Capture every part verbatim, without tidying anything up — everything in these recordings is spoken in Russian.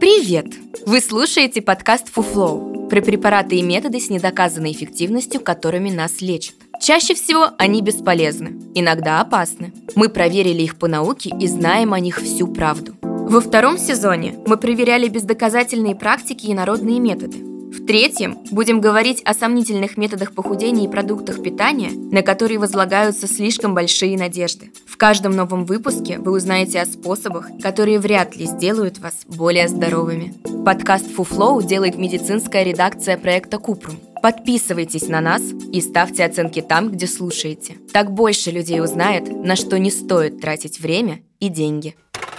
Привет! Вы слушаете подкаст «Фуфлоу» про препараты и методы с недоказанной эффективностью, которыми нас лечат. Чаще всего они бесполезны, иногда опасны. Мы проверили их по науке и знаем о них всю правду. Во втором сезоне мы проверяли бездоказательные практики и народные методы. В третьем будем говорить о сомнительных методах похудения и продуктах питания, на которые возлагаются слишком большие надежды. В каждом новом выпуске вы узнаете о способах, которые вряд ли сделают вас более здоровыми. Подкаст «Фуфлоу» делает медицинская редакция проекта «Купрум». Подписывайтесь на нас и ставьте оценки там, где слушаете. Так больше людей узнает, на что не стоит тратить время и деньги.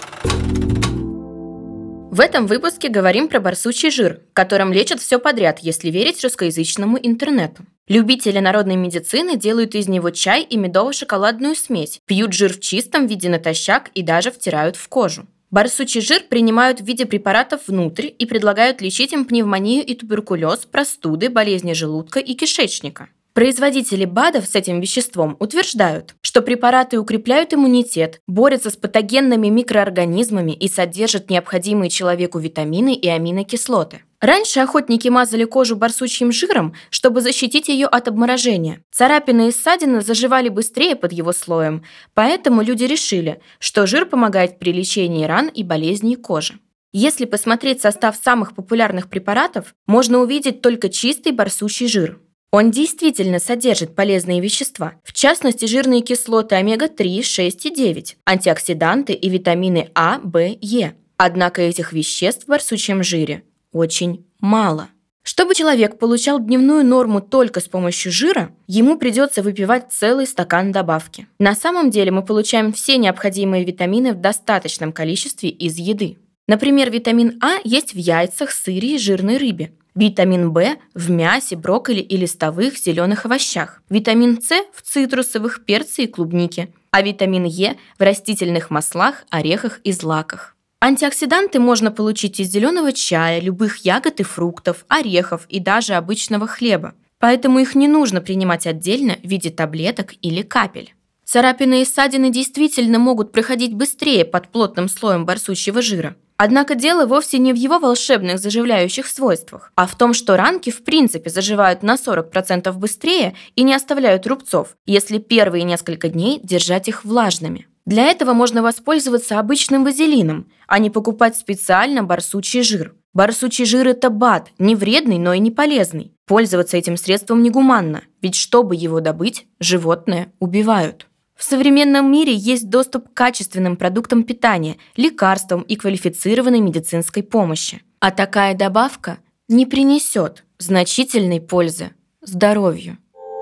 В этом выпуске говорим про барсучий жир, которым лечат все подряд, если верить русскоязычному интернету. Любители народной медицины делают из него чай и медово-шоколадную смесь, пьют жир в чистом виде натощак и даже втирают в кожу. Барсучий жир принимают в виде препаратов внутрь и предлагают лечить им пневмонию и туберкулез, простуды, болезни желудка и кишечника. Производители БАДов с этим веществом утверждают, что препараты укрепляют иммунитет, борются с патогенными микроорганизмами и содержат необходимые человеку витамины и аминокислоты. Раньше охотники мазали кожу барсучьим жиром, чтобы защитить ее от обморожения. Царапины и ссадины заживали быстрее под его слоем, поэтому люди решили, что жир помогает при лечении ран и болезней кожи. Если посмотреть состав самых популярных препаратов, можно увидеть только чистый барсучий жир. Он действительно содержит полезные вещества, в частности жирные кислоты омега три, шесть и девять, антиоксиданты и витамины А, В, Е. Однако этих веществ в барсучьем жире очень мало. Чтобы человек получал дневную норму только с помощью жира, ему придется выпивать целый стакан добавки. На самом деле мы получаем все необходимые витамины в достаточном количестве из еды. Например, витамин А есть в яйцах, сыре и жирной рыбе. Витамин В в мясе, брокколи и листовых зеленых овощах. Витамин С в цитрусовых, перце и клубнике. А витамин Е в растительных маслах, орехах и злаках. Антиоксиданты можно получить из зеленого чая, любых ягод и фруктов, орехов и даже обычного хлеба. Поэтому их не нужно принимать отдельно в виде таблеток или капель. Царапины и ссадины действительно могут проходить быстрее под плотным слоем барсучьего жира. Однако дело вовсе не в его волшебных заживляющих свойствах, а в том, что ранки в принципе заживают на сорок процентов быстрее и не оставляют рубцов, если первые несколько дней держать их влажными. Для этого можно воспользоваться обычным вазелином, а не покупать специально барсучий жир. Барсучий жир – это БАД, не вредный, но и не полезный. Пользоваться этим средством негуманно, ведь чтобы его добыть, животное убивают. В современном мире есть доступ к качественным продуктам питания, лекарствам и квалифицированной медицинской помощи. А такая добавка не принесет значительной пользы здоровью.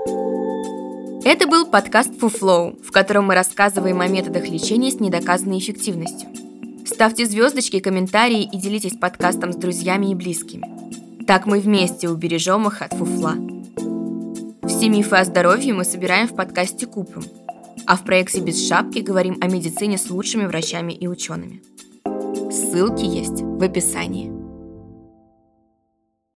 Это был подкаст «Фуфлоу», в котором мы рассказываем о методах лечения с недоказанной эффективностью. Ставьте звездочки, комментарии и делитесь подкастом с друзьями и близкими. Так мы вместе убережем их от фуфла. Все мифы о здоровье мы собираем в подкасте «Купрум». А в проекте «Без шапки» говорим о медицине с лучшими врачами и учеными. Ссылки есть в описании.